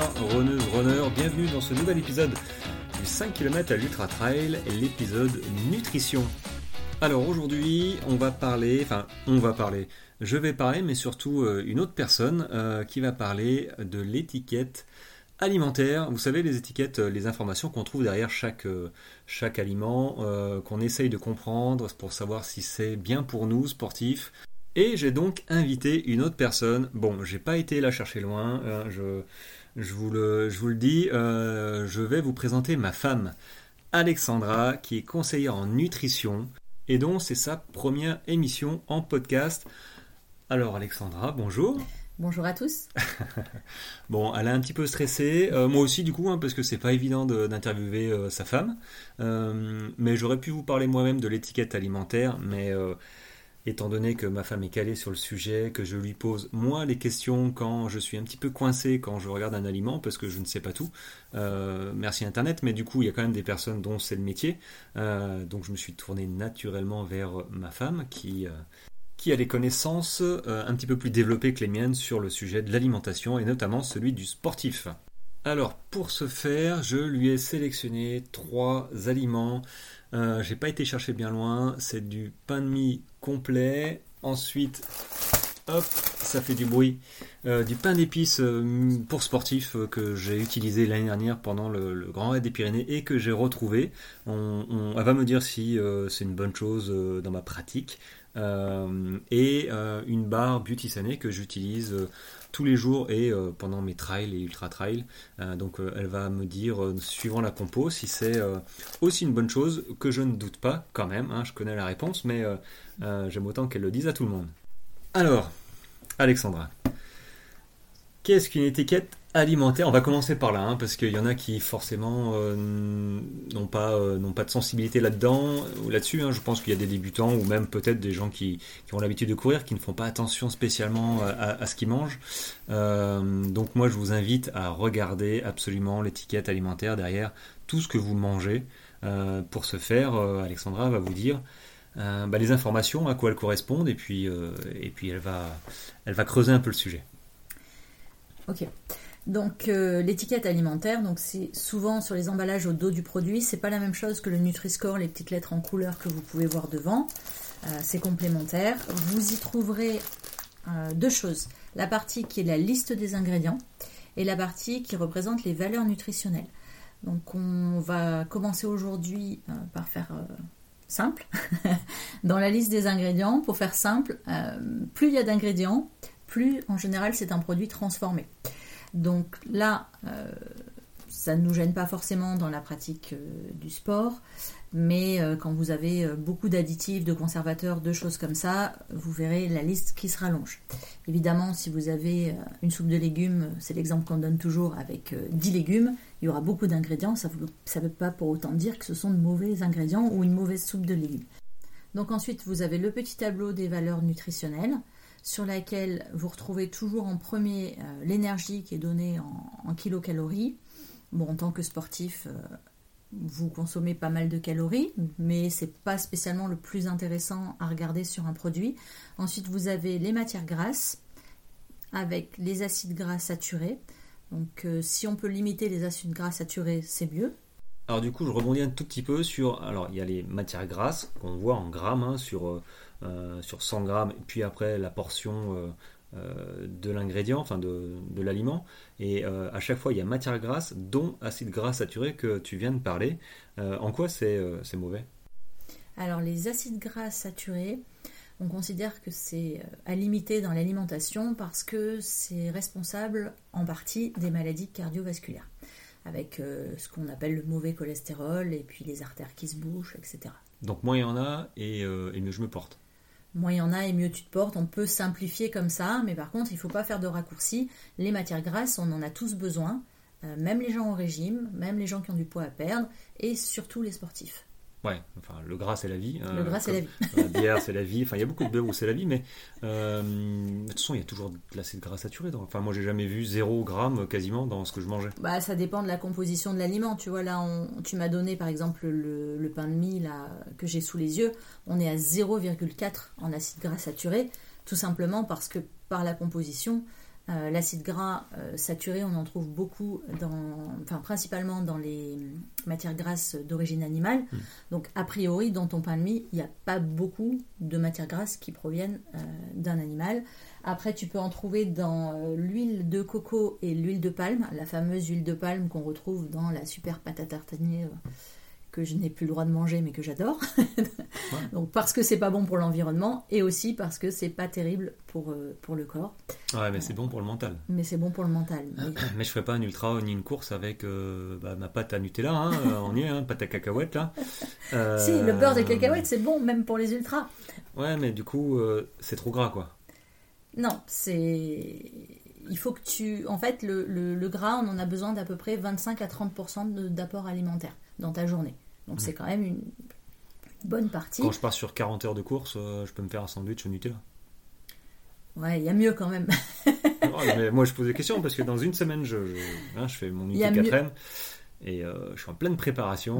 runneuses, runners, bienvenue dans ce nouvel épisode du 5 km à l'Ultra Trail, l'épisode nutrition. Alors aujourd'hui, je vais parler, mais surtout une autre personne qui va parler de l'étiquette alimentaire. Vous savez, les étiquettes, les informations qu'on trouve derrière chaque aliment, qu'on essaye de comprendre pour savoir si c'est bien pour nous, sportifs. Et j'ai donc invité une autre personne. Bon, j'ai pas été la chercher loin, je vous le dis, je vais vous présenter ma femme, Alexandra, qui est conseillère en nutrition, et dont c'est sa première émission en podcast. Alors Alexandra, bonjour. Bonjour à tous. Bon, elle est un petit peu stressée, moi aussi du coup, parce que c'est pas évident d'interviewer sa femme, mais j'aurais pu vous parler moi-même de l'étiquette alimentaire, mais étant donné que ma femme est calée sur le sujet, que je lui pose moi les questions quand je suis un petit peu coincé, quand je regarde un aliment, parce que je ne sais pas tout, merci Internet, mais du coup il y a quand même des personnes dont c'est le métier, donc je me suis tourné naturellement vers ma femme qui a des connaissances un petit peu plus développées que les miennes sur le sujet de l'alimentation et notamment celui du sportif. Alors pour ce faire, je lui ai sélectionné 3 aliments. J'ai pas été chercher bien loin, c'est du pain de mie complet, ensuite, hop, ça fait du bruit, du pain d'épices pour sportifs que j'ai utilisé l'année dernière pendant le Grand Raid des Pyrénées et que j'ai retrouvé. Elle va me dire si c'est une bonne chose dans ma pratique. Et une barre Beauty Sané que j'utilise tous les jours et pendant mes trails et ultra trails. Donc elle va me dire, suivant la compo, si c'est aussi une bonne chose, que je ne doute pas quand même, je connais la réponse, mais j'aime autant qu'elle le dise à tout le monde. Alors, Alexandra, qu'est-ce qu'une étiquette alimentaire? On va commencer par là, parce qu'il y en a qui forcément n'ont pas de sensibilité là-dessus. Je pense qu'il y a des débutants ou même peut-être des gens qui ont l'habitude de courir, qui ne font pas attention spécialement à ce qu'ils mangent. Donc moi je vous invite à regarder absolument l'étiquette alimentaire derrière tout ce que vous mangez. Pour ce faire, Alexandra va vous dire les informations, à quoi elles correspondent, et puis elle va creuser un peu le sujet. Ok. Donc l'étiquette alimentaire, donc c'est souvent sur les emballages au dos du produit, c'est pas la même chose que le Nutri-Score, les petites lettres en couleur que vous pouvez voir devant. C'est complémentaire. Vous y trouverez 2 choses. La partie qui est la liste des ingrédients et la partie qui représente les valeurs nutritionnelles. Donc on va commencer aujourd'hui par faire simple. Dans la liste des ingrédients, pour faire simple, plus il y a d'ingrédients, plus en général c'est un produit transformé. Donc là, ça ne nous gêne pas forcément dans la pratique du sport, mais quand vous avez beaucoup d'additifs, de conservateurs, de choses comme ça, vous verrez la liste qui se rallonge. Évidemment, si vous avez une soupe de légumes, c'est l'exemple qu'on donne toujours avec 10 légumes, il y aura beaucoup d'ingrédients, ça ne veut pas pour autant dire que ce sont de mauvais ingrédients ou une mauvaise soupe de légumes. Donc ensuite, vous avez le petit tableau des valeurs nutritionnelles, sur laquelle vous retrouvez toujours en premier l'énergie qui est donnée en kilocalories. Bon, en tant que sportif, vous consommez pas mal de calories, mais c'est pas spécialement le plus intéressant à regarder sur un produit. Ensuite, vous avez les matières grasses avec les acides gras saturés. Donc, si on peut limiter les acides gras saturés, c'est mieux. Alors du coup, je rebondis un tout petit peu sur... Alors, il y a les matières grasses qu'on voit en grammes, sur 100 grammes, et puis après la portion de l'ingrédient, enfin de l'aliment. Et à chaque fois, il y a matières grasses, dont acides gras saturés que tu viens de parler. En quoi c'est mauvais? Alors, les acides gras saturés, on considère que c'est à limiter dans l'alimentation parce que c'est responsable en partie des maladies cardiovasculaires, avec ce qu'on appelle le mauvais cholestérol et puis les artères qui se bouchent, etc. Donc moins il y en a et mieux je me porte. Moins il y en a et mieux tu te portes. On peut simplifier comme ça, mais par contre il ne faut pas faire de raccourcis. Les matières grasses, on en a tous besoin, même les gens au régime, même les gens qui ont du poids à perdre et surtout les sportifs. Ouais, enfin le gras c'est la vie. Le gras c'est la vie. La bière c'est la vie. Enfin il y a beaucoup de beurre où c'est la vie, mais de toute façon il y a toujours de l'acide gras saturé. Enfin moi j'ai jamais vu 0 gramme quasiment dans ce que je mangeais. Bah ça dépend de la composition de l'aliment. Tu vois là, tu m'as donné par exemple le pain de mie là que j'ai sous les yeux. On est à 0,4 en acide gras saturé, tout simplement parce que par la composition, L'acide gras saturé, on en trouve beaucoup, principalement dans les matières grasses d'origine animale. Donc, a priori, dans ton pain de mie, il n'y a pas beaucoup de matières grasses qui proviennent d'un animal. Après, tu peux en trouver dans l'huile de coco et l'huile de palme, la fameuse huile de palme qu'on retrouve dans la super pâte à tartiner que je n'ai plus le droit de manger mais que j'adore. Donc parce que c'est pas bon pour l'environnement et aussi parce que c'est pas terrible pour le corps. Ouais, mais c'est bon pour le mental. Mais c'est bon pour le mental. Mais je ferai pas un ultra ni une course avec ma pâte à Nutella, hein, on y est, pâte à cacahuètes là. Si, le beurre de cacahuètes c'est bon même pour les ultras. Ouais, mais du coup c'est trop gras quoi. Non, il faut que tu... En fait, le gras, on en a besoin d'à peu près 25 à 30% d'apport alimentaire dans ta journée. Donc c'est quand même une bonne partie. Quand je pars sur 40 heures de course, je peux me faire un sandwich au Nutella. Ouais, il y a mieux quand même. Mais moi je pose des questions parce que dans une semaine je fais mon unité 4M et je suis en pleine préparation.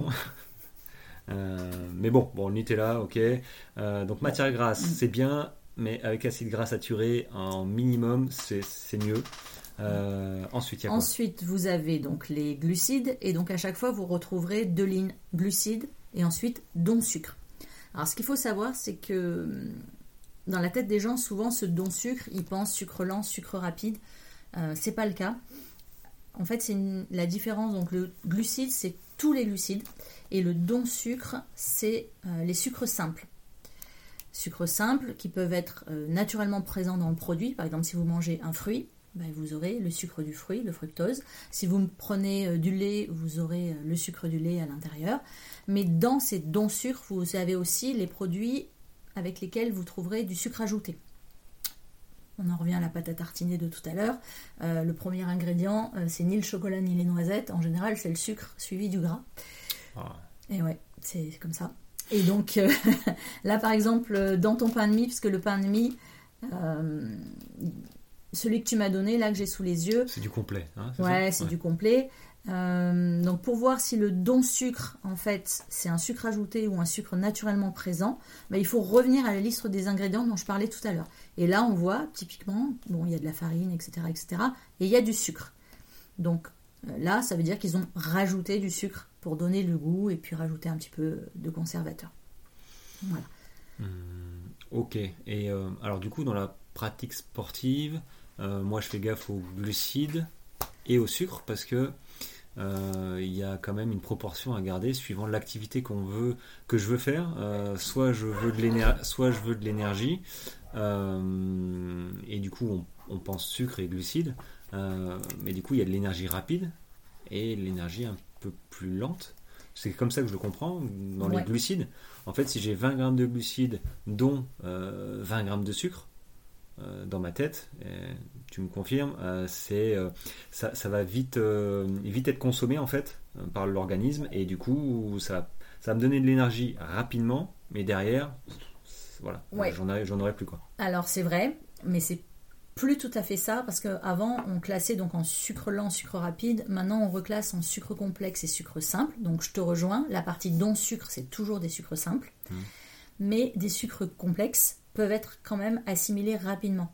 Mais bon, le Nutella, ok. Donc matière grasse, c'est bien, mais avec acide gras saturé en minimum, c'est mieux. Ensuite, il y a quoi ? Ensuite, vous avez donc les glucides, et donc à chaque fois, vous retrouverez 2 lignes glucides, et ensuite, don sucre. Alors, ce qu'il faut savoir, c'est que dans la tête des gens, souvent, ce don sucre, ils pensent sucre lent, sucre rapide. C'est pas le cas. En fait, c'est la différence. Donc, le glucide, c'est tous les glucides, et le don sucre, c'est les sucres simples. Sucres simples qui peuvent être naturellement présents dans le produit. Par exemple, si vous mangez un fruit, vous aurez le sucre du fruit, le fructose. Si vous prenez du lait, vous aurez le sucre du lait à l'intérieur. Mais dans ces dons sucres, vous avez aussi les produits avec lesquels vous trouverez du sucre ajouté. On en revient à la pâte à tartiner de tout à l'heure. Le premier ingrédient, c'est ni le chocolat ni les noisettes. En général, c'est le sucre suivi du gras. Et ouais, c'est comme ça. Et donc, là, par exemple, dans ton pain de mie, puisque le pain de mie... celui que tu m'as donné, là que j'ai sous les yeux. C'est du complet. Hein, c'est du complet. Donc pour voir si le don sucre, en fait, c'est un sucre ajouté ou un sucre naturellement présent, il faut revenir à la liste des ingrédients dont je parlais tout à l'heure. Et là, on voit typiquement, il y a de la farine, etc., et il y a du sucre. Donc là, ça veut dire qu'ils ont rajouté du sucre pour donner le goût et puis rajouter un petit peu de conservateur. Voilà. Ok. Et alors du coup, dans la pratique sportive, moi je fais gaffe aux glucides et au sucre parce que il y a quand même une proportion à garder suivant l'activité que je veux faire. Soit je veux de l'énergie, et du coup on pense sucre et glucides, mais du coup il y a de l'énergie rapide et l'énergie un peu plus lente. C'est comme ça que je le comprends dans les glucides. En fait, si j'ai 20 grammes de glucides, dont 20 grammes de sucre, dans ma tête, tu me confirmes, ça va vite être consommé en fait par l'organisme et du coup ça va me donner de l'énergie rapidement, mais derrière, voilà, j'en aurai plus quoi. Alors c'est vrai, mais c'est plus tout à fait ça parce qu'avant on classait donc en sucre lent, sucre rapide. Maintenant on reclasse en sucre complexe et sucre simple. Donc je te rejoins, la partie don sucre c'est toujours des sucres simples, mais des sucres complexes peuvent être quand même assimilés rapidement.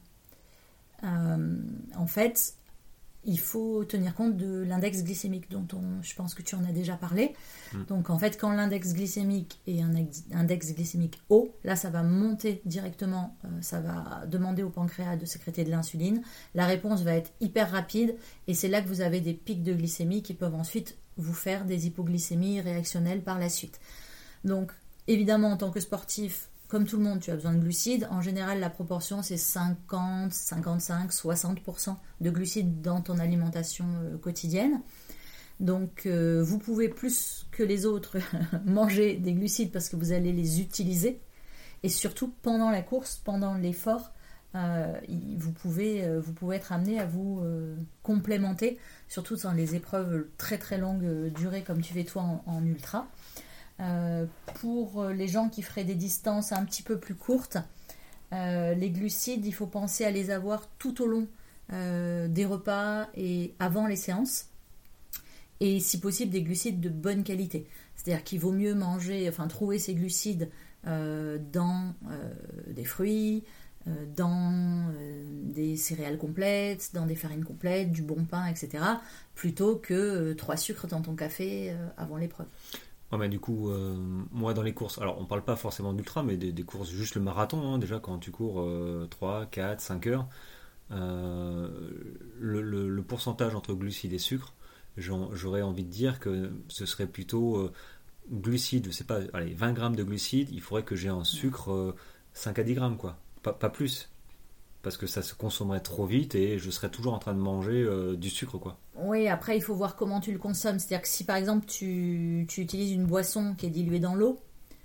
En fait, il faut tenir compte de l'index glycémique dont je pense que tu en as déjà parlé. Donc en fait, quand l'index glycémique est un index glycémique haut, là ça va monter directement, ça va demander au pancréas de sécréter de l'insuline. La réponse va être hyper rapide et c'est là que vous avez des pics de glycémie qui peuvent ensuite vous faire des hypoglycémies réactionnelles par la suite. Donc évidemment, en tant que sportif, comme tout le monde, tu as besoin de glucides. En général, la proportion, c'est 50, 55, 60% de glucides dans ton alimentation quotidienne. Donc, vous pouvez plus que les autres manger des glucides parce que vous allez les utiliser. Et surtout, pendant la course, pendant l'effort, vous pouvez être amené à vous complémenter, surtout dans les épreuves très très longues durées comme tu fais toi en ultra. Pour les gens qui feraient des distances un petit peu plus courtes, les glucides, il faut penser à les avoir tout au long des repas et avant les séances, et si possible des glucides de bonne qualité. C'est-à-dire qu'il vaut mieux trouver ces glucides dans des fruits, dans des céréales complètes, dans des farines complètes, du bon pain, etc., plutôt que 3 sucres dans ton café avant l'épreuve. Ouais, mais du coup, moi dans les courses, alors on parle pas forcément d'ultra, mais des courses, juste le marathon, hein, déjà quand tu cours 3, 4, 5 heures, euh, le pourcentage entre glucides et sucre, j'aurais envie de dire que ce serait plutôt glucides, je sais pas, allez, 20 grammes de glucides, il faudrait que j'ai en sucre 5 à 10 grammes, quoi. Pas plus. Parce que ça se consommerait trop vite et je serais toujours en train de manger du sucre, quoi. Oui, après, il faut voir comment tu le consommes. C'est-à-dire que si, par exemple, tu utilises une boisson qui est diluée dans l'eau,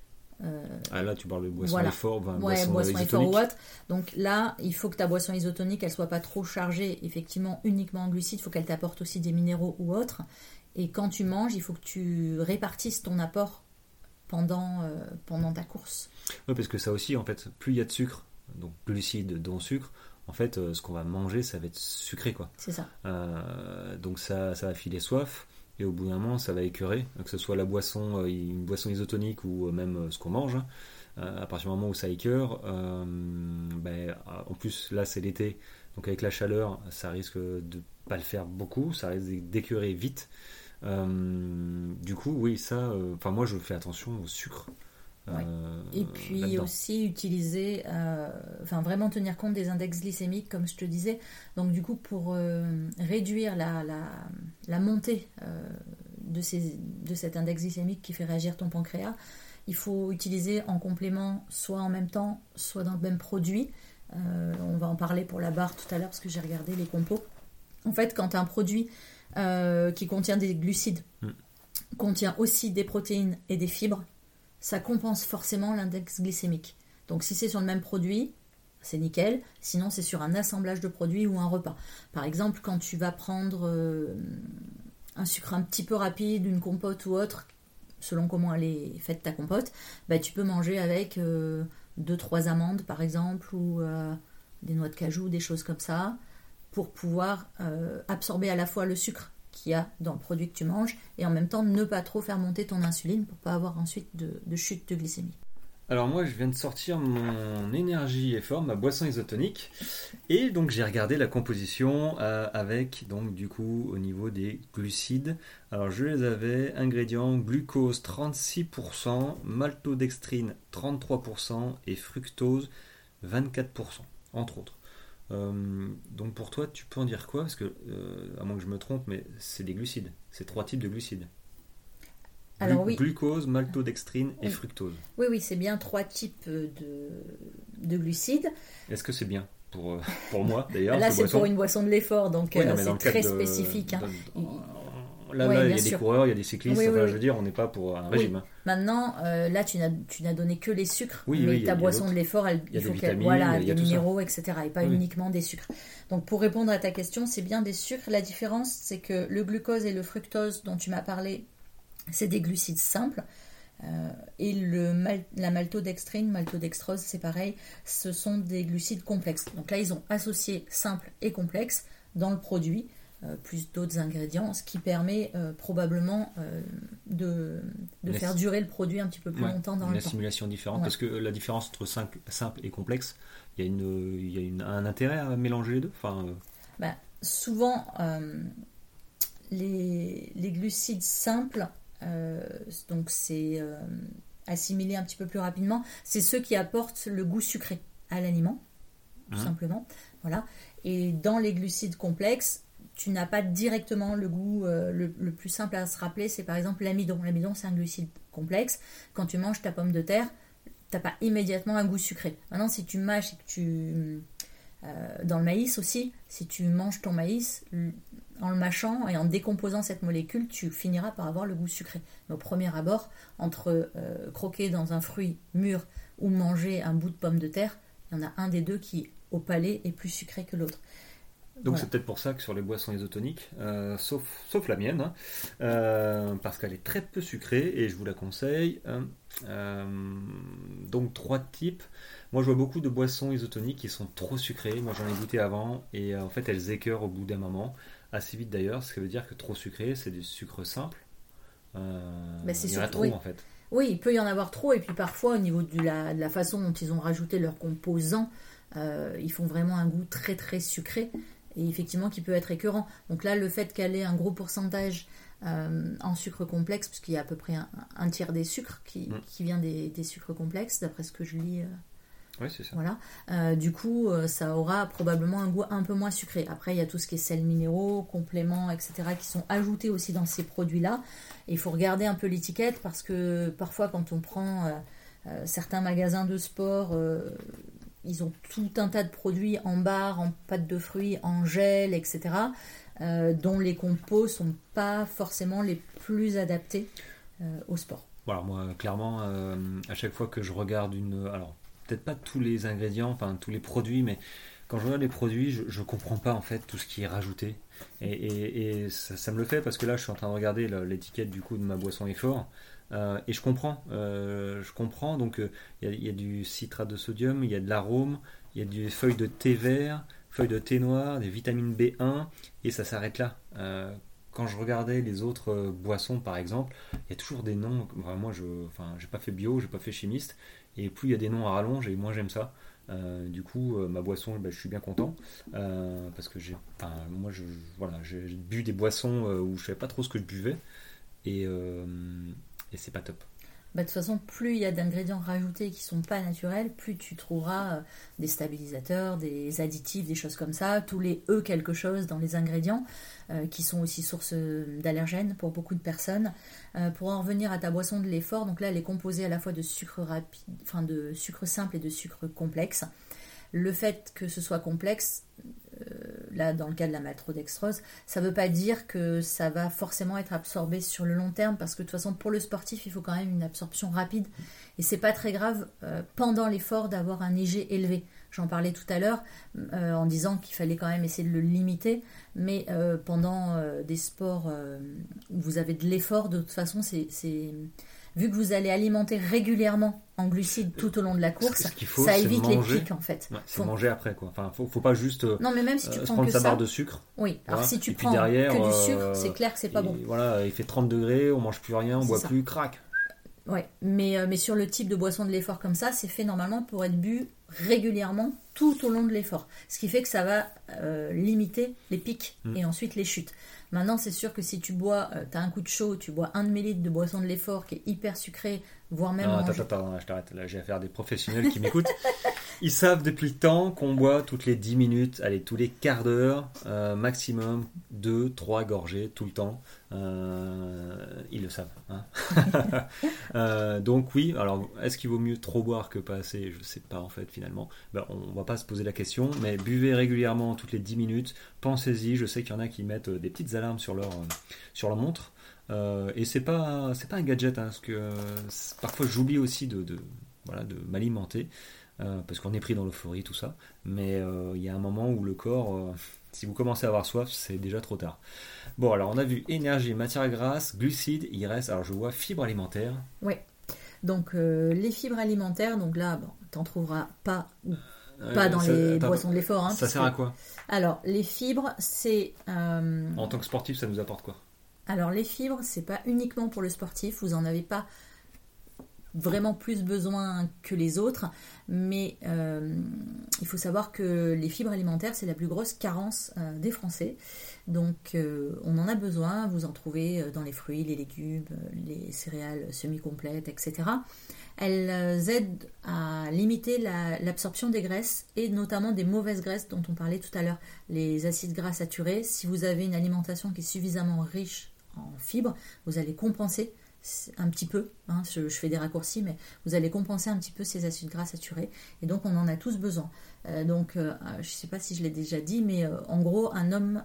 Ah là, tu parles de boisson voilà. effort, Ouais, boisson effort isotonique. ou autre. Donc là, il faut que ta boisson isotonique, elle soit pas trop chargée, effectivement, uniquement en glucides. Il faut qu'elle t'apporte aussi des minéraux ou autres. Et quand tu manges, il faut que tu répartisses ton apport pendant ta course. Oui, parce que ça aussi, en fait, plus il y a de sucre, donc glucides dont sucre, en fait, ce qu'on va manger, ça va être sucré, quoi. C'est ça. Donc ça va filer soif, et au bout d'un moment, ça va écœurer, que ce soit la boisson, une boisson isotonique ou même ce qu'on mange. À partir du moment où ça écœure, en plus, là, c'est l'été, donc avec la chaleur, ça risque de pas le faire beaucoup, ça risque d'écœurer vite. Du coup, oui, ça, enfin moi, je fais attention au sucre. Ouais. Et puis Là-dedans. aussi utiliser, vraiment tenir compte des index glycémiques, comme je te disais. Donc du coup, pour réduire la montée de cet index glycémique qui fait réagir ton pancréas, il faut utiliser en complément, soit en même temps, soit dans le même produit. On va en parler pour la barre tout à l'heure parce que j'ai regardé les compos. En fait, quand un produit qui contient des glucides contient aussi des protéines et des fibres, ça compense forcément l'index glycémique. Donc si c'est sur le même produit, c'est nickel. Sinon, c'est sur un assemblage de produits ou un repas. Par exemple, quand tu vas prendre un sucre un petit peu rapide, une compote ou autre, selon comment elle est faite ta compote, tu peux manger avec 2-3 amandes par exemple, ou des noix de cajou, des choses comme ça, pour pouvoir absorber à la fois le sucre qu'il y a dans le produit que tu manges et en même temps ne pas trop faire monter ton insuline pour pas avoir ensuite de chute de glycémie. Alors moi, je viens de sortir mon énergie effort, ma boisson isotonique, et donc j'ai regardé la composition avec donc du coup au niveau des glucides. Alors je les avais ingrédients glucose 36%, maltodextrine 33% et fructose 24% entre autres. Donc pour toi, tu peux en dire quoi? Parce que, à moins que je me trompe, mais c'est des glucides. C'est 3 types de glucides. Alors oui. Glucose, maltodextrine et Oui. fructose. Oui, c'est bien 3 types de glucides. Est-ce que c'est bien pour moi d'ailleurs? Là, cette c'est boisson pour une boisson de l'effort, donc Oui, non, mais dans c'est le très cadre spécifique. Hein. Là, Ouais, il y bien a des sûr. coureurs, il y a des cyclistes. Oui, Enfin, oui, je veux dire, on n'est pas pour un régime. Oui. Hein. Maintenant, là, tu n'as donné que les sucres, Oui, mais oui, il y ta a boisson l'autre. de l'effort, Il y a il des faut qu'elle vitamines, il y des a tout ça. minéraux, etc. Et pas Oui. uniquement des sucres. Donc, pour répondre à ta question, c'est bien des sucres. La différence, c'est que le glucose et le fructose dont tu m'as parlé, c'est des glucides simples. Et la maltodextrose, c'est pareil, ce sont des glucides complexes. Donc là, ils ont associé simple et complexe dans le produit, plus d'autres ingrédients, ce qui permet probablement de faire durer le produit un petit peu plus longtemps dans le temps. Une assimilation différente, Ouais. parce que la différence entre simple et complexe, il y a un intérêt à mélanger les deux. Enfin, Souvent, les glucides simples, donc c'est assimilé un petit peu plus rapidement, c'est ceux qui apportent le goût sucré à l'aliment, tout simplement. Voilà. Et dans les glucides complexes, tu n'as pas directement le goût. Le plus simple à se rappeler, c'est par exemple l'amidon. L'amidon, c'est un glucide complexe. Quand tu manges ta pomme de terre, tu n'as pas immédiatement un goût sucré. Maintenant, si tu mâches et que tu... dans le maïs aussi, si tu manges ton maïs, en le mâchant et en décomposant cette molécule, tu finiras par avoir le goût sucré. Mais au premier abord, entre croquer dans un fruit mûr ou manger un bout de pomme de terre, il y en a un des deux qui, au palais, est plus sucré que l'autre. donc Voilà. c'est peut-être pour ça que sur les boissons isotoniques, sauf la mienne, hein, parce qu'elle est très peu sucrée et je vous la conseille. Donc 3 types. Moi je vois beaucoup de boissons isotoniques qui sont trop sucrées. Moi j'en ai goûté avant et en fait elles écœurent au bout d'un moment, assez vite d'ailleurs, ce qui veut dire que trop sucré c'est du sucre simple. C'est il y en a sûr, trop oui. en fait. Oui, il peut y en avoir trop, et puis parfois, au niveau de la façon dont ils ont rajouté leurs composants, ils font vraiment un goût très très sucré et effectivement qui peut être écœurant. Donc là, le fait qu'elle ait un gros pourcentage en sucre complexe, puisqu'il y a à peu près un tiers des sucres qui vient des sucres complexes, d'après ce que je lis. Oui, c'est ça. Voilà. Du coup, ça aura probablement un goût un peu moins sucré. Après, il y a tout ce qui est sels minéraux, compléments, etc. qui sont ajoutés aussi dans ces produits-là. Et il faut regarder un peu l'étiquette parce que parfois, quand on prend certains magasins de sport, ils ont tout un tas de produits en barre, en pâte de fruits, en gel, etc. Dont les compos sont pas forcément les plus adaptés au sport. Voilà, moi, clairement, à chaque fois que je regarde alors, peut-être pas tous les ingrédients, enfin tous les produits, mais quand je regarde les produits, je comprends pas en fait tout ce qui est rajouté. Et ça me le fait parce que là, je suis en train de regarder l'étiquette du coup de ma boisson effort. Et je comprends. Donc, il y a du citrate de sodium, il y a de l'arôme, il y a des feuilles de thé vert, feuilles de thé noir, des vitamines B1, et ça s'arrête là. Quand je regardais les autres boissons, par exemple, il y a toujours des noms. Moi, j'ai pas fait bio, j'ai pas fait chimiste, et plus il y a des noms à rallonge, et moins j'aime ça. Du coup, ma boisson, je suis bien content parce que j'ai bu des boissons où je savais pas trop ce que je buvais, et, et c'est pas top. De toute façon, plus il y a d'ingrédients rajoutés qui sont pas naturels, plus tu trouveras des stabilisateurs, des additifs, des choses comme ça, tous les quelque chose dans les ingrédients qui sont aussi source d'allergènes pour beaucoup de personnes. Pour en revenir à ta boisson de l'effort, donc là elle est composée à la fois de sucre rapide, enfin de sucre simple et de sucre complexe. Le fait que ce soit complexe, là dans le cas de la maltodextrose, ça ne veut pas dire que ça va forcément être absorbé sur le long terme, parce que de toute façon pour le sportif il faut quand même une absorption rapide et c'est pas très grave pendant l'effort d'avoir un IG élevé. J'en parlais tout à l'heure en disant qu'il fallait quand même essayer de le limiter, mais pendant des sports où vous avez de l'effort, de toute façon c'est vu que vous allez alimenter régulièrement en glucides tout au long de la course, ça évite les pics en fait. Ouais, c'est manger après quoi. Enfin, faut pas juste non, mais même si tu prends prendre que sa ça, barre de sucre. Oui, alors voilà. si tu et prends derrière, que du sucre, c'est clair que c'est pas bon. Voilà, il fait 30 degrés, on mange plus rien, on boit ça. plus, crac. Ouais, mais sur le type de boisson de l'effort comme ça, c'est fait normalement pour être bu régulièrement tout au long de l'effort. Ce qui fait que ça va limiter les pics et ensuite les chutes. Maintenant, c'est sûr que si tu bois, tu as un coup de chaud, tu bois 1 demi-litre de boisson de l'effort qui est hyper sucrée, voire même... Attends, je t'arrête. Là, j'ai affaire à des professionnels qui m'écoutent. Ils savent depuis le temps qu'on boit toutes les 10 minutes, allez, tous les quarts d'heure, maximum 2-3 gorgées tout le temps. Ils le savent. Hein. Donc oui, alors est-ce qu'il vaut mieux trop boire que pas assez? Je sais pas en fait finalement. On va pas se poser la question, mais buvez régulièrement toutes les 10 minutes. Pensez-y, je sais qu'il y en a qui mettent des petites alarmes sur leur montre. Et c'est pas un gadget, hein, parce que parfois j'oublie aussi de m'alimenter parce qu'on est pris dans l'euphorie, tout ça. Mais il y a un moment où le corps, si vous commencez à avoir soif, c'est déjà trop tard. Bon, alors on a vu énergie, matière grasse, glucides, il reste, alors je vois fibres alimentaires. Oui, donc les fibres alimentaires, donc là, t'en trouveras pas dans les boissons de l'effort. Hein, ça sert à quoi? Alors, les fibres, c'est... En tant que sportif, ça nous apporte quoi? Alors, les fibres, c'est pas uniquement pour le sportif, vous en avez pas vraiment plus besoin que les autres, mais il faut savoir que les fibres alimentaires, c'est la plus grosse carence des Français. Donc, on en a besoin, vous en trouvez dans les fruits, les légumes, les céréales semi-complètes, etc. Elles aident à limiter l'absorption des graisses et notamment des mauvaises graisses dont on parlait tout à l'heure, les acides gras saturés. Si vous avez une alimentation qui est suffisamment riche en fibres, vous allez compenser un petit peu, hein, je fais des raccourcis, mais vous allez compenser un petit peu ces acides gras saturés, et donc on en a tous besoin. Je ne sais pas si je l'ai déjà dit, mais en gros, un homme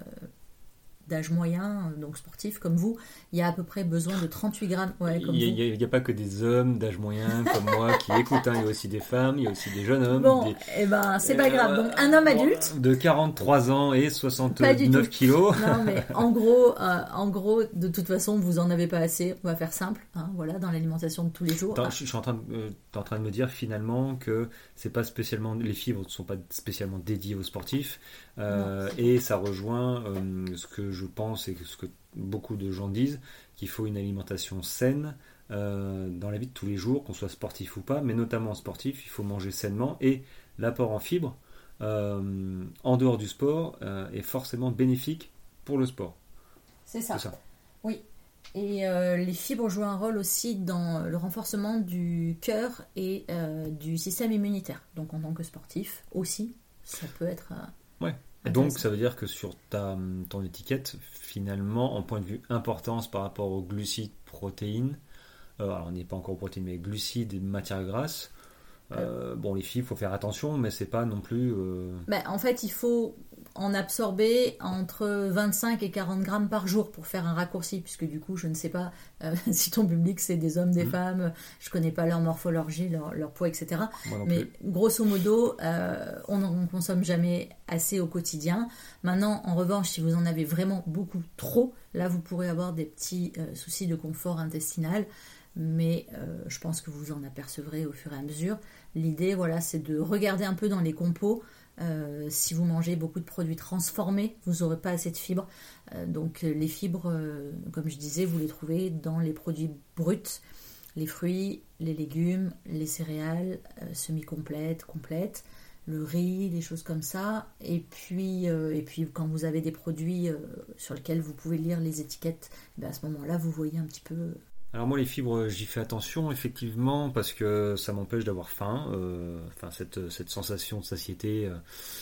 d'âge moyen, donc sportif comme vous, il y a à peu près besoin de 38 grammes. Ouais, il n'y a pas que des hommes d'âge moyen comme moi qui écoutent, hein. Il y a aussi des femmes, il y a aussi des jeunes hommes. Bon, c'est pas grave. Donc un homme adulte de 43 ans et 69 kilos. Non, mais en gros, de toute façon, vous en avez pas assez. On va faire simple, hein, voilà, dans l'alimentation de tous les jours. Je suis en train de me dire finalement que c'est pas spécialement, les fibres ne sont pas spécialement dédiées aux sportifs. Et ça rejoint ce que je pense et ce que beaucoup de gens disent, qu'il faut une alimentation saine, dans la vie de tous les jours, qu'on soit sportif ou pas, mais notamment sportif, il faut manger sainement et l'apport en fibres en dehors du sport est forcément bénéfique pour le sport. C'est ça. Oui. Et les fibres jouent un rôle aussi dans le renforcement du cœur et du système immunitaire. Donc en tant que sportif aussi, ça peut être... Ouais. Donc ça veut dire que sur ton étiquette, finalement, en point de vue importance par rapport aux glucides, protéines, alors on n'est pas encore aux protéines, mais glucides et matières grasses, les fibres, il faut faire attention, mais c'est pas non plus... En fait, il faut en absorber entre 25 et 40 grammes par jour pour faire un raccourci, puisque du coup, je ne sais pas si ton public, c'est des hommes, des femmes, je connais pas leur morphologie, leur poids, etc. Mais grosso modo, on n'en consomme jamais assez au quotidien. Maintenant, en revanche, si vous en avez vraiment beaucoup trop, là, vous pourrez avoir des petits soucis de confort intestinal, mais je pense que vous en apercevrez au fur et à mesure. L'idée, c'est de regarder un peu dans les compos. Si vous mangez beaucoup de produits transformés, vous n'aurez pas assez de fibres. Donc les fibres, comme je disais, vous les trouvez dans les produits bruts, les fruits, les légumes, les céréales semi-complètes, complètes, le riz, des choses comme ça. Et puis quand vous avez des produits sur lesquels vous pouvez lire les étiquettes, à ce moment-là, vous voyez un petit peu... Alors moi les fibres j'y fais attention effectivement parce que ça m'empêche d'avoir faim, cette sensation de satiété,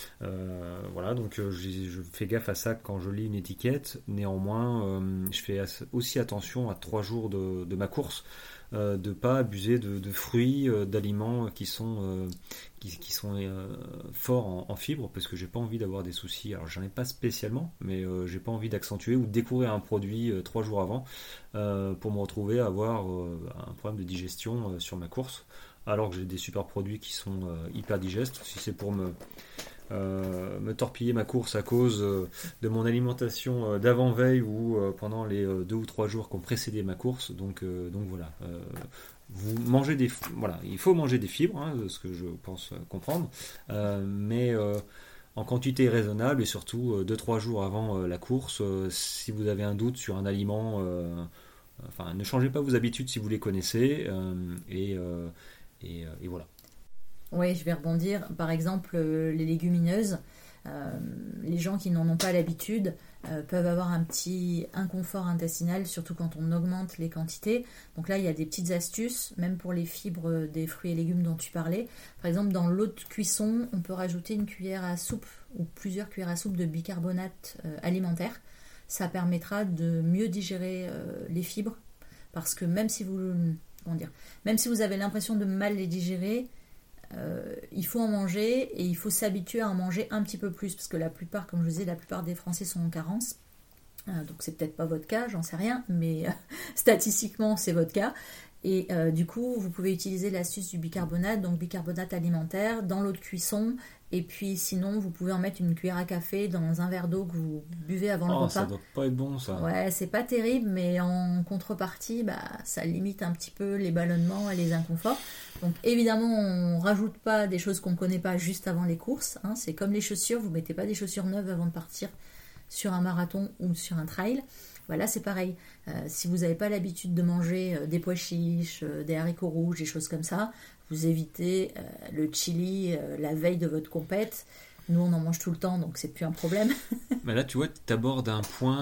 donc je fais gaffe à ça quand je lis une étiquette. Néanmoins je fais aussi attention à 3 jours de ma course, de pas abuser de fruits, d'aliments qui sont forts en fibres parce que j'ai pas envie d'avoir des soucis. Alors j'en ai pas spécialement, mais j'ai pas envie d'accentuer ou de découvrir un produit 3 jours avant pour me retrouver à avoir un problème de digestion sur ma course, alors que j'ai des super produits qui sont hyper digestes. Si c'est pour me torpiller ma course à cause de mon alimentation d'avant-veille ou pendant les 2 ou 3 jours qui ont précédé ma course, donc voilà. Vous mangez il faut manger des fibres, ce que je pense comprendre, mais en quantité raisonnable et surtout 2-3 jours avant la course. Si vous avez un doute sur un aliment, ne changez pas vos habitudes si vous les connaissez, et voilà. Oui, je vais rebondir. Par exemple, les légumineuses, les gens qui n'en ont pas l'habitude peuvent avoir un petit inconfort intestinal, surtout quand on augmente les quantités. Donc là, il y a des petites astuces, même pour les fibres des fruits et légumes dont tu parlais. Par exemple, dans l'eau de cuisson, on peut rajouter une cuillère à soupe ou plusieurs cuillères à soupe de bicarbonate alimentaire. Ça permettra de mieux digérer les fibres, parce que même si vous avez l'impression de mal les digérer, il faut en manger et il faut s'habituer à en manger un petit peu plus, parce que la plupart des Français sont en carence. Donc c'est peut-être pas votre cas, j'en sais rien, mais statistiquement c'est votre cas. Et du coup, vous pouvez utiliser l'astuce du bicarbonate, donc bicarbonate alimentaire, dans l'eau de cuisson. Et puis sinon, vous pouvez en mettre une cuillère à café dans un verre d'eau que vous buvez avant le repas. Ça doit pas être bon, ça. Ouais, c'est pas terrible, mais en contrepartie, ça limite un petit peu les ballonnements et les inconforts. Donc évidemment, on rajoute pas des choses qu'on connaît pas juste avant les courses. C'est comme les chaussures, vous mettez pas des chaussures neuves avant de partir sur un marathon ou sur un trail. Voilà, c'est pareil. Si vous n'avez pas l'habitude de manger des pois chiches, des haricots rouges, des choses comme ça, vous évitez le chili la veille de votre compète. Nous, on en mange tout le temps, donc c'est plus un problème. Mais là, tu vois, tu abordes un point.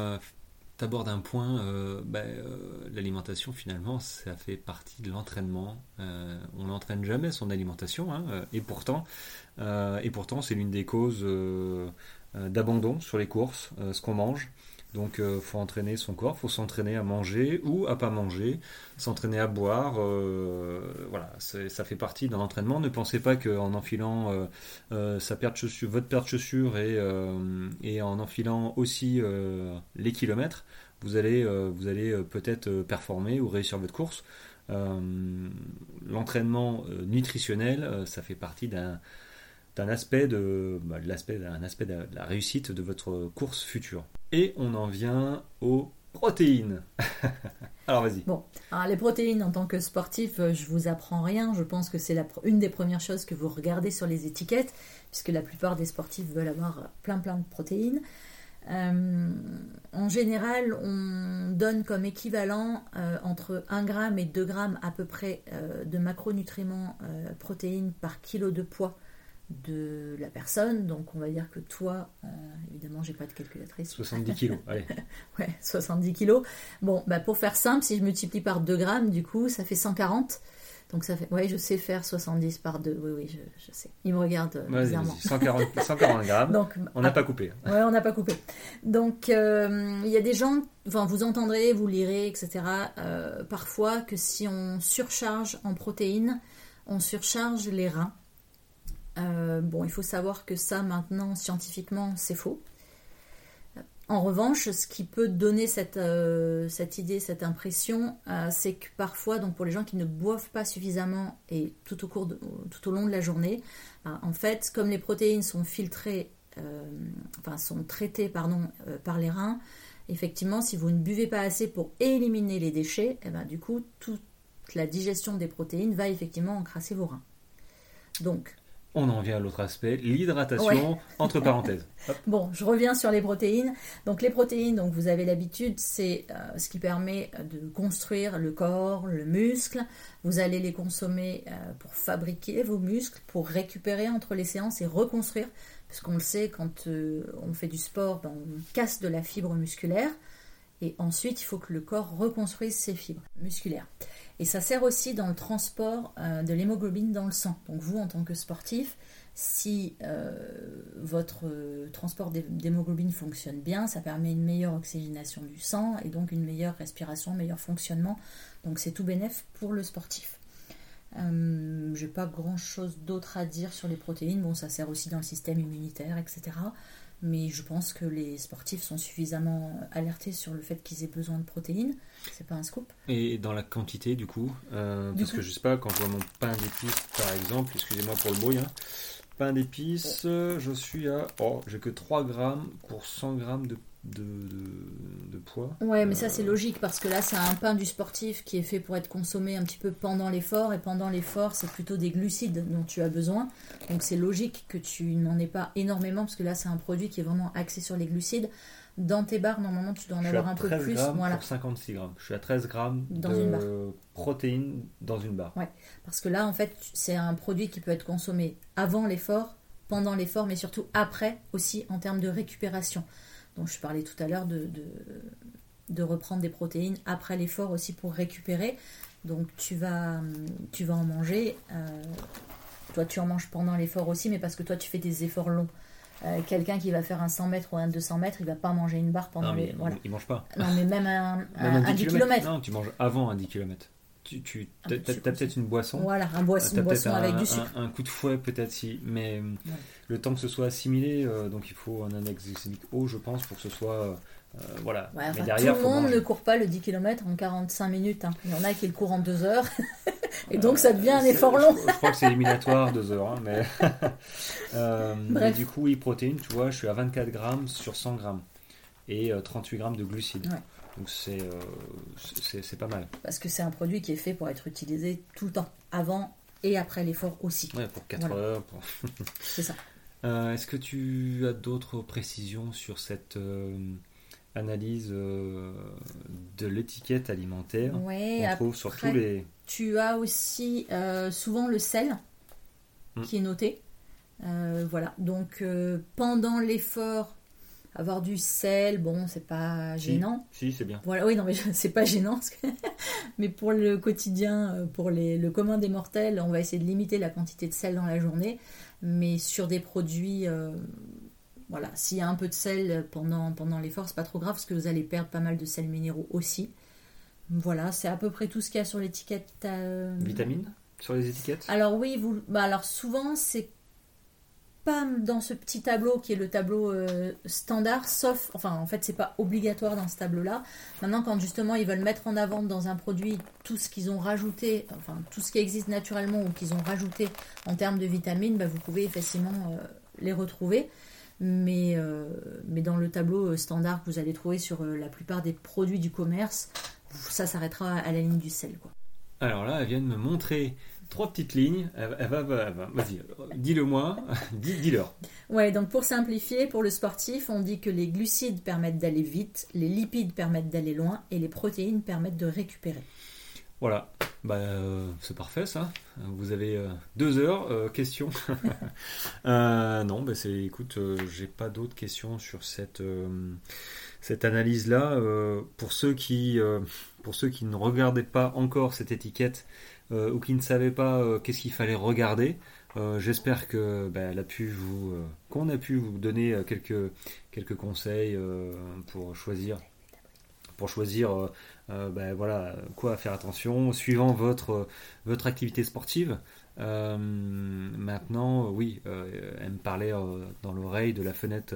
L'alimentation, finalement, ça fait partie de l'entraînement. On n'entraîne jamais son alimentation, et pourtant, c'est l'une des causes d'abandon sur les courses, ce qu'on mange. Donc faut entraîner son corps, faut s'entraîner à manger ou à pas manger, s'entraîner à boire, ça fait partie de l'entraînement. Ne pensez pas qu'en enfilant votre paire de chaussures et en enfilant aussi les kilomètres, vous allez peut-être performer ou réussir votre course. L'entraînement nutritionnel, ça fait partie d'un aspect de la réussite de votre course future. Et on en vient aux protéines. Alors vas-y. Bon, alors les protéines en tant que sportif, je vous apprends rien. Je pense que c'est une des premières choses que vous regardez sur les étiquettes, puisque la plupart des sportifs veulent avoir plein de protéines. En général, on donne comme équivalent entre 1 gramme et 2 grammes à peu près de macronutriments protéines par kilo de poids de la personne. Donc on va dire que toi, évidemment j'ai pas de calculatrice. 70 kilos, allez. Ouais, 70 kilos. Bon, pour faire simple, si je multiplie par 2 grammes, du coup, ça fait 140. Donc ça fait, ouais, je sais faire 70 par 2. Oui, je sais. Il me regarde bizarrement. 140 grammes. Donc, on n'a pas coupé. Ouais, on n'a pas coupé. Donc il y a des gens, enfin vous entendrez, vous lirez, etc. Parfois que si on surcharge en protéines, on surcharge les reins. Il faut savoir que ça maintenant scientifiquement c'est faux. En revanche, ce qui peut donner cette idée, cette impression, c'est que parfois, donc pour les gens qui ne boivent pas suffisamment et tout au long de la journée, en fait, comme les protéines sont filtrées, sont traitées par les reins, effectivement, si vous ne buvez pas assez pour éliminer les déchets, du coup, toute la digestion des protéines va effectivement encrasser vos reins. Donc, on en vient à l'autre aspect, l'hydratation, entre parenthèses. Hop. Bon, je reviens sur les protéines. Donc les protéines, donc vous avez l'habitude, c'est ce qui permet de construire le corps, le muscle. Vous allez les consommer pour fabriquer vos muscles, pour récupérer entre les séances et reconstruire. Parce qu'on le sait, quand on fait du sport, on casse de la fibre musculaire. Et ensuite, il faut que le corps reconstruise ses fibres musculaires. Et ça sert aussi dans le transport de l'hémoglobine dans le sang. Donc vous, en tant que sportif, si votre transport d'hémoglobine fonctionne bien, ça permet une meilleure oxygénation du sang et donc une meilleure respiration, un meilleur fonctionnement. Donc c'est tout bénef pour le sportif. J'ai pas grand-chose d'autre à dire sur les protéines. Bon, ça sert aussi dans le système immunitaire, etc. Mais je pense que les sportifs sont suffisamment alertés sur le fait qu'ils aient besoin de protéines. C'est pas un scoop. Et dans la quantité, du coup, que je sais pas, quand je vois mon pain d'épices, par exemple, excusez-moi pour le bruit, pain d'épices, je suis à... j'ai que 3 grammes pour 100 grammes de poids. Ouais, mais ça c'est logique parce que là c'est un pain du sportif qui est fait pour être consommé un petit peu pendant l'effort et pendant l'effort c'est plutôt des glucides dont tu as besoin. Donc c'est logique que tu n'en aies pas énormément parce que là c'est un produit qui est vraiment axé sur les glucides. Dans tes barres, normalement tu dois en avoir un peu plus. Voilà. Pour 56 grammes. Je suis à 13 grammes de protéines dans une barre. Ouais, parce que là en fait c'est un produit qui peut être consommé avant l'effort, pendant l'effort, mais surtout après aussi en termes de récupération. Donc je parlais tout à l'heure de reprendre des protéines après l'effort aussi pour récupérer. Donc tu vas en manger. Toi tu en manges pendant l'effort aussi, mais parce que toi tu fais des efforts longs. Quelqu'un qui va faire un 100 mètres ou un 200 mètres, il va pas manger une barre pendant les... Voilà. Il mange pas. Non mais même un 10 km. Non, tu manges avant un 10 km. Tu as peut-être une boisson. Voilà, une boisson avec du sucre. Un coup de fouet peut-être si, mais le temps que ce soit assimilé, donc il faut un index glycémique haut, je pense, pour que ce soit... voilà. Ouais, mais derrière, tout le monde ne court pas le 10 km en 45 minutes. Il y en a qui le courent en 2 heures. Et donc ça devient un effort long. Je crois que c'est éliminatoire 2 heures. Mais du coup, oui, protéines, tu vois, je suis à 24 grammes sur 100 grammes. Et 38 grammes de glucides. Ouais. Donc c'est pas mal. Parce que c'est un produit qui est fait pour être utilisé tout le temps, avant et après l'effort aussi. Ouais, pour 4 heures. C'est ça. Est-ce que tu as d'autres précisions sur cette analyse de l'étiquette alimentaire qu'on trouve sur tous les... Tu as aussi souvent le sel qui est noté. Voilà. Donc pendant l'effort, avoir du sel, bon, c'est pas gênant. Si, c'est bien. Voilà, oui, non, mais c'est pas gênant. Parce que mais pour le quotidien, pour le commun des mortels, on va essayer de limiter la quantité de sel dans la journée. Mais sur des produits, voilà, s'il y a un peu de sel pendant l'effort, c'est pas trop grave parce que vous allez perdre pas mal de sels minéraux aussi. Voilà, c'est à peu près tout ce qu'il y a sur l'étiquette. Vitamines sur les étiquettes ? Alors oui, alors souvent c'est pas dans ce petit tableau qui est le tableau standard, sauf, enfin en fait c'est pas obligatoire dans ce tableau-là. Maintenant quand justement ils veulent mettre en avant dans un produit tout ce qu'ils ont rajouté, enfin tout ce qui existe naturellement ou qu'ils ont rajouté en termes de vitamines, vous pouvez effectivement les retrouver. Mais dans le tableau standard que vous allez trouver sur la plupart des produits du commerce, ça s'arrêtera à la ligne du sel, quoi. Alors là, elle vient de me montrer 3 petites lignes. Vas-y, dis-le-moi. Dis-leur. Ouais, donc pour simplifier, pour le sportif, on dit que les glucides permettent d'aller vite, les lipides permettent d'aller loin et les protéines permettent de récupérer. Voilà, c'est parfait ça. Vous avez 2 heures. Questions? Non, écoute, j'ai pas d'autres questions sur cette analyse-là. Pour ceux qui ne regardaient pas encore cette étiquette ou qui ne savaient pas qu'est-ce qu'il fallait regarder, j'espère que qu'on a pu vous donner quelques conseils pour choisir quoi faire attention suivant votre activité sportive. Maintenant, oui, elle me parlait dans l'oreille de la fenêtre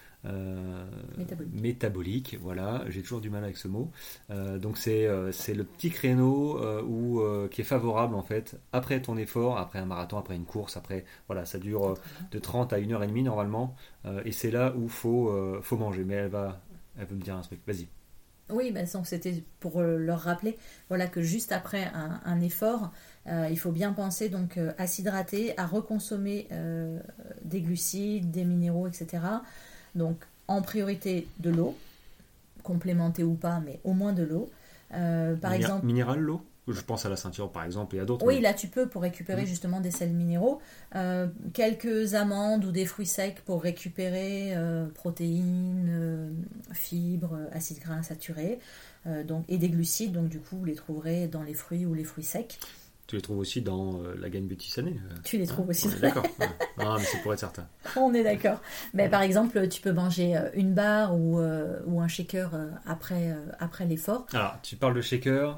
métabolique. Voilà, j'ai toujours du mal avec ce mot. Donc c'est le petit créneau qui est favorable en fait après ton effort, après un marathon, après une course, après voilà, ça dure de 30 à 1h30 normalement, et c'est là où faut manger. Mais elle veut me dire un truc. Vas-y. Oui, donc c'était pour leur rappeler voilà, que juste après un effort, il faut bien penser donc à s'hydrater, à reconsommer des glucides, des minéraux, etc. Donc en priorité de l'eau, complémentée ou pas, mais au moins de l'eau. Par exemple, minéral, l'eau? Je pense à la ceinture par exemple et à d'autres. Oui, là tu peux pour récupérer justement des sels minéraux. Quelques amandes ou des fruits secs pour récupérer protéines, fibres, acides gras insaturés et des glucides. Donc du coup, vous les trouverez dans les fruits ou les fruits secs. Tu les trouves aussi dans la gamme Beauty Sané. Tu les trouves aussi. D'accord. Non, mais c'est pour être certain. On est d'accord. Mais par exemple, tu peux manger une barre ou un shaker après l'effort. Alors, tu parles de shaker.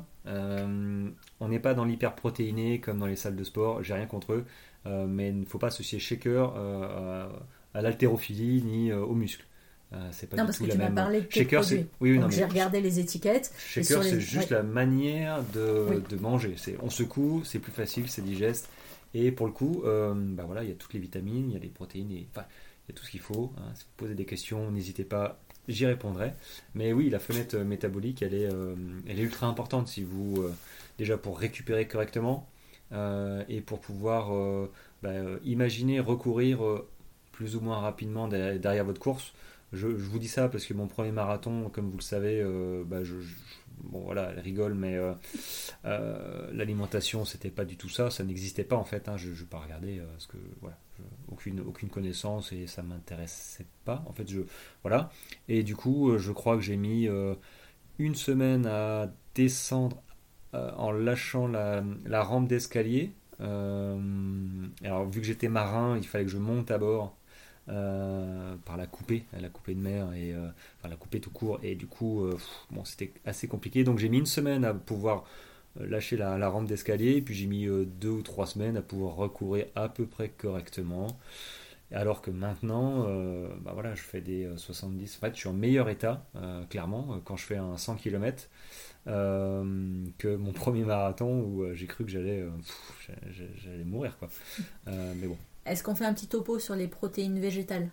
On n'est pas dans l'hyperprotéiné comme dans les salles de sport. J'ai rien contre eux. Mais il ne faut pas associer shaker à l'haltérophilie ni aux muscles. C'est pas non, du parce tout que la tu m'as même. parlé de shaker, produits. Oui, donc j'ai regardé les étiquettes. Shaker, c'est juste la manière de manger. On secoue, c'est plus facile, c'est digeste. Et pour le coup, il y a toutes les vitamines, il y a les protéines, il y a tout ce qu'il faut. Hein. Si vous posez des questions, n'hésitez pas, j'y répondrai. Mais oui, la fenêtre métabolique, elle est ultra importante si vous, déjà pour récupérer correctement et pour pouvoir imaginer recourir plus ou moins rapidement derrière votre course. Je vous dis ça parce que mon premier marathon, comme vous le savez, elle rigole, mais l'alimentation, c'était pas du tout ça n'existait pas en fait. Hein, je n'ai pas regardé parce que aucune connaissance et ça m'intéressait pas. En fait, voilà. Et du coup, je crois que j'ai mis une semaine à descendre en lâchant la rampe d'escalier. Alors, vu que j'étais marin, il fallait que je monte à bord. Par la coupée de mer et la coupée tout court, et du coup c'était assez compliqué, donc j'ai mis une semaine à pouvoir lâcher la rampe d'escalier, et puis j'ai mis 2 ou 3 semaines à pouvoir recourir à peu près correctement, alors que maintenant je fais des 70. En fait je suis en meilleur état clairement quand je fais un 100 km que mon premier marathon où j'ai cru que j'allais mourir quoi. Mais bon. Est-ce qu'on fait un petit topo sur les protéines végétales?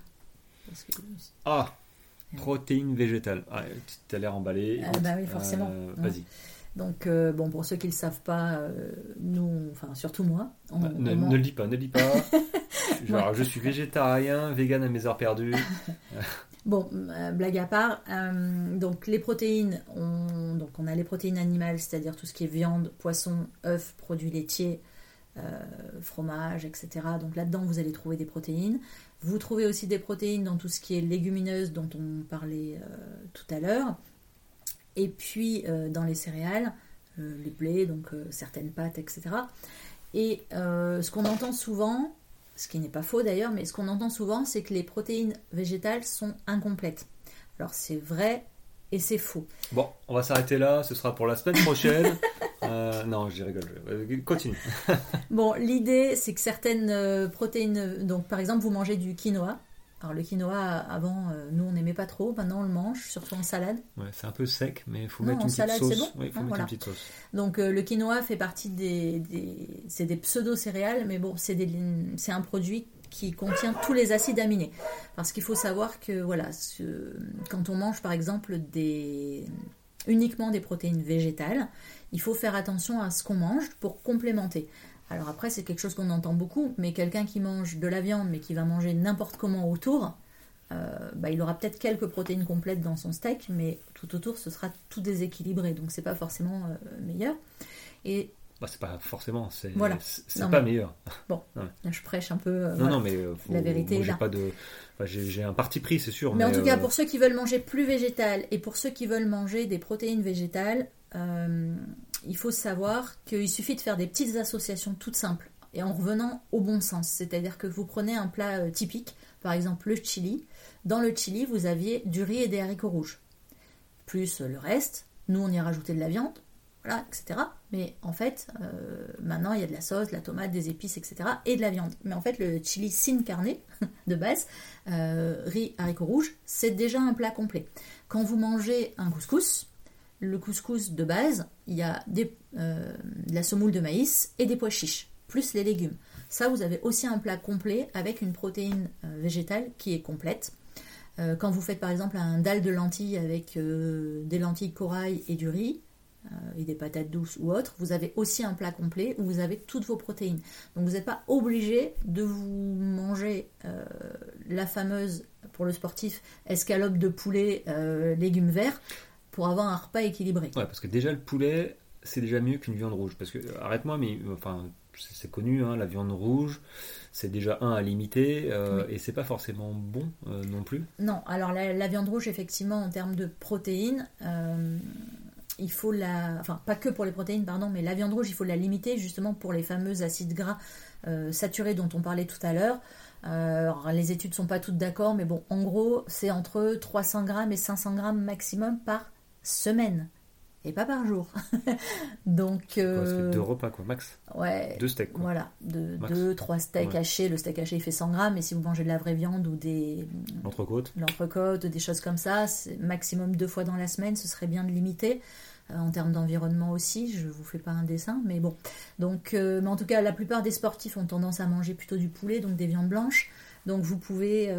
Protéines végétales. Tu as l'air emballé. Oui, forcément. Vas-y. Donc, pour ceux qui ne le savent pas, surtout moi. Ne le dis pas. Genre, je suis végétarien, vegan à mes heures perdues. Bon, blague à part, donc les protéines, on a les protéines animales, c'est-à-dire tout ce qui est viande, poisson, œufs, produits laitiers, fromage, etc. Donc là-dedans, vous allez trouver des protéines. Vous trouvez aussi des protéines dans tout ce qui est légumineuse dont on parlait tout à l'heure. Et puis dans les céréales, les blés, donc certaines pâtes, etc. Et ce qu'on entend souvent, ce qui n'est pas faux d'ailleurs, mais ce qu'on entend souvent, c'est que les protéines végétales sont incomplètes. Alors c'est vrai et c'est faux. Bon, on va s'arrêter là, ce sera pour la semaine prochaine. Non, je rigole. Continue. Bon, l'idée, c'est que certaines protéines, donc par exemple, vous mangez du quinoa. Alors le quinoa, avant, nous, on n'aimait pas trop. Maintenant, on le mange, surtout en salade. Ouais, c'est un peu sec, mais il faut mettre une petite sauce. C'est bon. Oui, il faut mettre une petite sauce. Donc le quinoa fait partie c'est des pseudo-céréales, mais bon, c'est un produit qui contient tous les acides aminés. Parce qu'il faut savoir que, voilà, quand on mange, par exemple, uniquement des protéines végétales, il faut faire attention à ce qu'on mange pour complémenter. Alors après, c'est quelque chose qu'on entend beaucoup, mais quelqu'un qui mange de la viande, mais qui va manger n'importe comment autour, il aura peut-être quelques protéines complètes dans son steak, mais tout autour, ce sera tout déséquilibré, donc c'est pas forcément meilleur. Et c'est pas forcément, c'est voilà. pas meilleur. Bon, là, je prêche un peu. Mais la vérité moi, est là. J'ai un parti pris, c'est sûr. Mais en tout cas, pour ceux qui veulent manger plus végétal et pour ceux qui veulent manger des protéines végétales, il faut savoir qu'il suffit de faire des petites associations toutes simples et en revenant au bon sens. C'est-à-dire que vous prenez un plat typique, par exemple le chili. Dans le chili, vous aviez du riz et des haricots rouges. Plus le reste, nous on y a rajouté de la viande, voilà, etc. Mais en fait, maintenant il y a de la sauce, de la tomate, des épices, etc. et de la viande. Mais en fait, le chili sin carne de base, riz, haricots rouges, c'est déjà un plat complet. Quand vous mangez un couscous, le couscous de base, il y a de la semoule de maïs et des pois chiches, plus les légumes. Ça, vous avez aussi un plat complet avec une protéine végétale qui est complète. Quand vous faites par exemple un dalle de lentilles avec des lentilles corail et du riz, et des patates douces ou autres, vous avez aussi un plat complet où vous avez toutes vos protéines. Donc vous n'êtes pas obligé de vous manger la fameuse, pour le sportif, escalope de poulet, légumes verts, pour avoir un repas équilibré. Ouais, parce que déjà le poulet, c'est déjà mieux qu'une viande rouge. Parce que, arrête-moi, mais enfin, c'est connu, hein, la viande rouge, c'est déjà à limiter, et c'est pas forcément bon non plus. Non, alors la viande rouge, effectivement, en termes de protéines, il faut pas que pour les protéines, pardon, mais la viande rouge, il faut la limiter justement pour les fameux acides gras saturés dont on parlait tout à l'heure. Alors, les études ne sont pas toutes d'accord, mais bon, en gros, c'est entre 300 grammes et 500 grammes maximum par semaine, et pas par jour. Donc, c'est 2 repas, quoi, max. Ouais. 2 steaks, quoi. Voilà, 2-3 steaks hachés. Le steak haché, il fait 100 grammes, et si vous mangez de la vraie viande ou l'entrecôte, des choses comme ça, c'est maximum 2 fois dans la semaine, ce serait bien de limiter. En termes d'environnement aussi, je vous fais pas un dessin, mais bon. Donc, mais en tout cas, la plupart des sportifs ont tendance à manger plutôt du poulet, donc des viandes blanches. Donc vous pouvez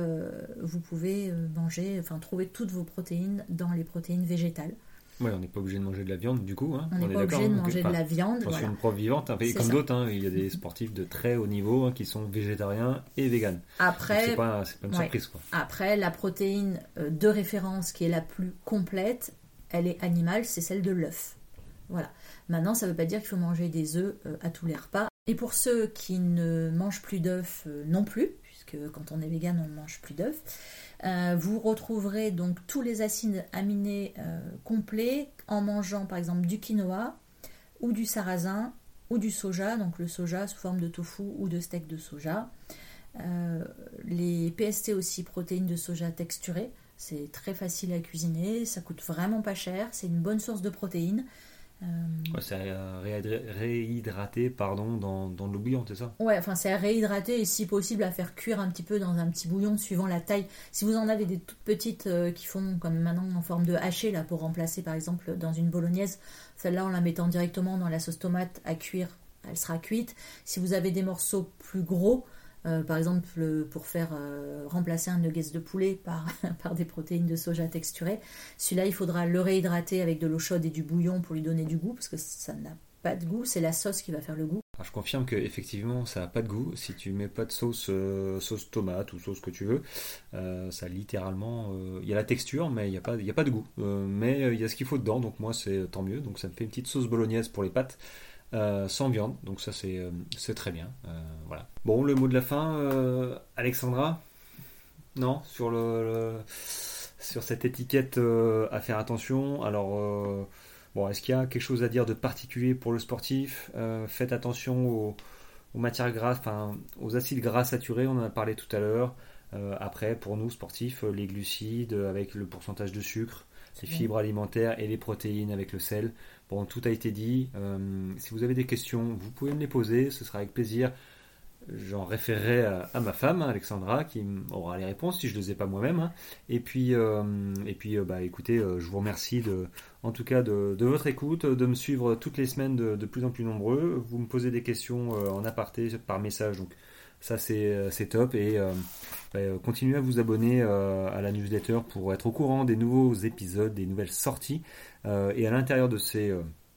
trouver toutes vos protéines dans les protéines végétales. Ouais, on n'est pas obligé de manger de la viande du coup. Hein. On n'est pas obligé de manger de la viande. Je suis une preuve vivante, hein, comme d'autres. Hein, il y a des sportifs de très haut niveau qui sont végétariens et véganes. Après, c'est pas une surprise, quoi. Après, la protéine de référence qui est la plus complète, elle est animale, c'est celle de l'œuf. Voilà. Maintenant, ça ne veut pas dire qu'il faut manger des œufs à tous les repas. Et pour ceux qui ne mangent plus d'œufs non plus, puisque quand on est vegan, on ne mange plus d'œufs, vous retrouverez donc tous les acides aminés complets en mangeant par exemple du quinoa ou du sarrasin ou du soja, donc le soja sous forme de tofu ou de steak de soja. Les PST aussi, protéines de soja texturées, c'est très facile à cuisiner, ça coûte vraiment pas cher, c'est une bonne source de protéines. C'est réhydraté dans de l'eau bouillante, c'est ça? Ouais, enfin c'est à réhydrater et si possible à faire cuire un petit peu dans un petit bouillon suivant la taille. Si vous en avez des toutes petites qui font comme maintenant en forme de haché là pour remplacer par exemple dans une bolognaise, celle-là en la mettant directement dans la sauce tomate à cuire, elle sera cuite. Si vous avez des morceaux plus gros, par exemple pour faire remplacer un nuggets de poulet par des protéines de soja texturées, celui-là il faudra le réhydrater avec de l'eau chaude et du bouillon pour lui donner du goût parce que ça n'a pas de goût, c'est la sauce qui va faire le goût. Alors, je confirme que effectivement ça n'a pas de goût si tu mets pas de sauce tomate ou sauce que tu veux, ça littéralement il y a la texture mais il y a pas de goût, mais il y a ce qu'il faut dedans, donc moi c'est tant mieux, donc ça me fait une petite sauce bolognaise pour les pâtes. Sans viande, donc ça c'est très bien. Voilà. Bon, le mot de la fin, Alexandra? Non, sur cette étiquette à faire attention. Alors, est-ce qu'il y a quelque chose à dire de particulier pour le sportif? Faites attention aux matières grasses, enfin aux acides gras saturés, on en a parlé tout à l'heure. Après, pour nous sportifs, les glucides avec le pourcentage de sucre, les fibres alimentaires et les protéines avec le sel. Bon, tout a été dit. Si vous avez des questions, vous pouvez me les poser. Ce sera avec plaisir. J'en référerai à ma femme, Alexandra, qui aura les réponses si je ne les ai pas moi-même. Hein. Et puis, écoutez, je vous remercie en tout cas de votre écoute, de me suivre toutes les semaines de plus en plus nombreux. Vous me posez des questions en aparté par message, donc ça c'est top. Et continuez à vous abonner à la newsletter pour être au courant des nouveaux épisodes, des nouvelles sorties. Et à l'intérieur de ces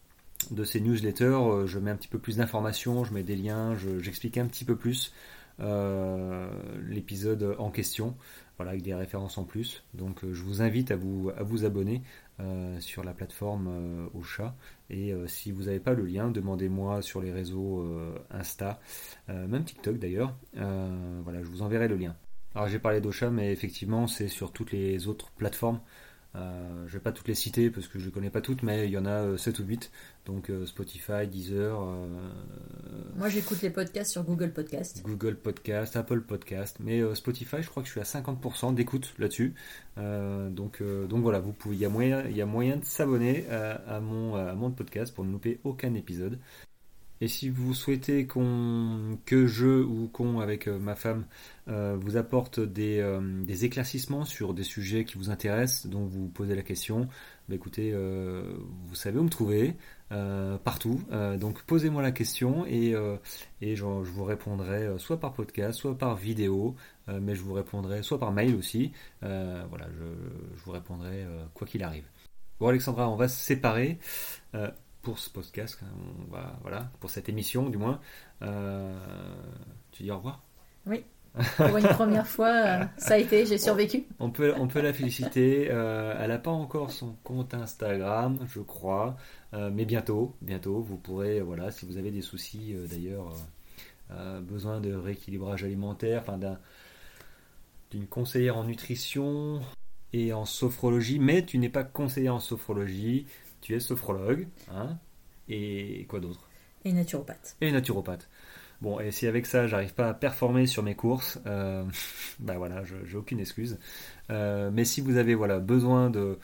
ces newsletters, je mets un petit peu plus d'informations, je mets des liens, j'explique un petit peu plus l'épisode en question, voilà, avec des références en plus. Donc je vous invite à vous abonner sur la plateforme Ocha. Et si vous n'avez pas le lien, demandez-moi sur les réseaux Insta, même TikTok d'ailleurs. Voilà, je vous enverrai le lien. Alors j'ai parlé d'Ocha, mais effectivement c'est sur toutes les autres plateformes. Je ne vais pas toutes les citer parce que je ne connais pas toutes, mais il y en a 7 ou 8. Donc Spotify, Deezer. Moi j'écoute les podcasts sur Google Podcast. Google Podcast, Apple Podcast. Mais Spotify, je crois que je suis à 50% d'écoute là-dessus. Donc voilà, il y a moyen de s'abonner à mon podcast pour ne louper aucun épisode. Et si vous souhaitez que je ou qu'on avec ma femme vous apporte des éclaircissements sur des sujets qui vous intéressent, dont vous posez la question, bah écoutez, vous savez où me trouver, partout. Donc posez-moi la question et je vous répondrai soit par podcast, soit par vidéo, mais je vous répondrai soit par mail aussi. Voilà, je vous répondrai quoi qu'il arrive. Bon Alexandra, on va se séparer. Pour ce podcast, voilà, pour cette émission du moins. Tu dis au revoir ? Oui, pour une première fois, ça a été, j'ai survécu. On peut la féliciter. Elle n'a pas encore son compte Instagram, je crois, mais bientôt, vous pourrez, voilà, si vous avez des soucis d'ailleurs, besoin de rééquilibrage alimentaire, d'une conseillère en nutrition et en sophrologie, mais tu n'es pas conseillère en sophrologie. Tu es sophrologue, hein, et quoi d'autre ? Et naturopathe. Et naturopathe. Bon, et si avec ça, j'arrive pas à performer sur mes courses, bah voilà, j'ai aucune excuse. Mais si vous avez besoin de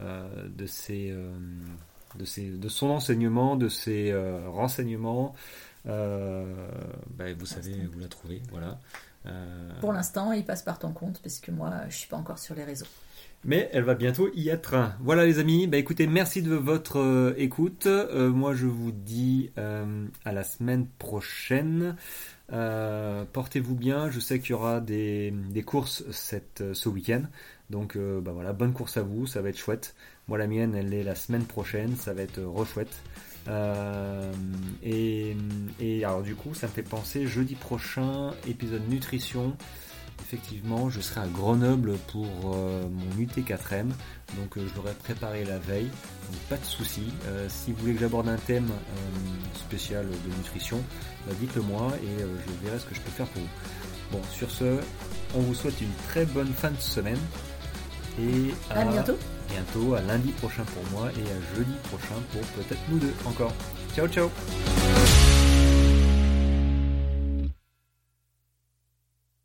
son enseignement, de ses renseignements, bah vous savez où la trouver, voilà. Pour l'instant, il passe par ton compte parce que moi, je suis pas encore sur les réseaux. Mais elle va bientôt y être. Voilà les amis, bah écoutez, merci de votre écoute. Moi je vous dis à la semaine prochaine. Portez-vous bien, je sais qu'il y aura des courses ce week-end. Donc bah voilà, bonne course à vous, ça va être chouette. Moi la mienne elle est la semaine prochaine, ça va être re-chouette. Et alors du coup ça me fait penser, jeudi prochain, épisode nutrition. Effectivement, je serai à Grenoble pour mon UT4M, donc je l'aurai préparé la veille, donc pas de souci. Si vous voulez que j'aborde un thème spécial de nutrition, bah dites-le moi et je verrai ce que je peux faire pour vous. Bon, sur ce, on vous souhaite une très bonne fin de semaine et à bientôt, à lundi prochain pour moi et à jeudi prochain pour peut-être nous deux encore. Ciao ciao.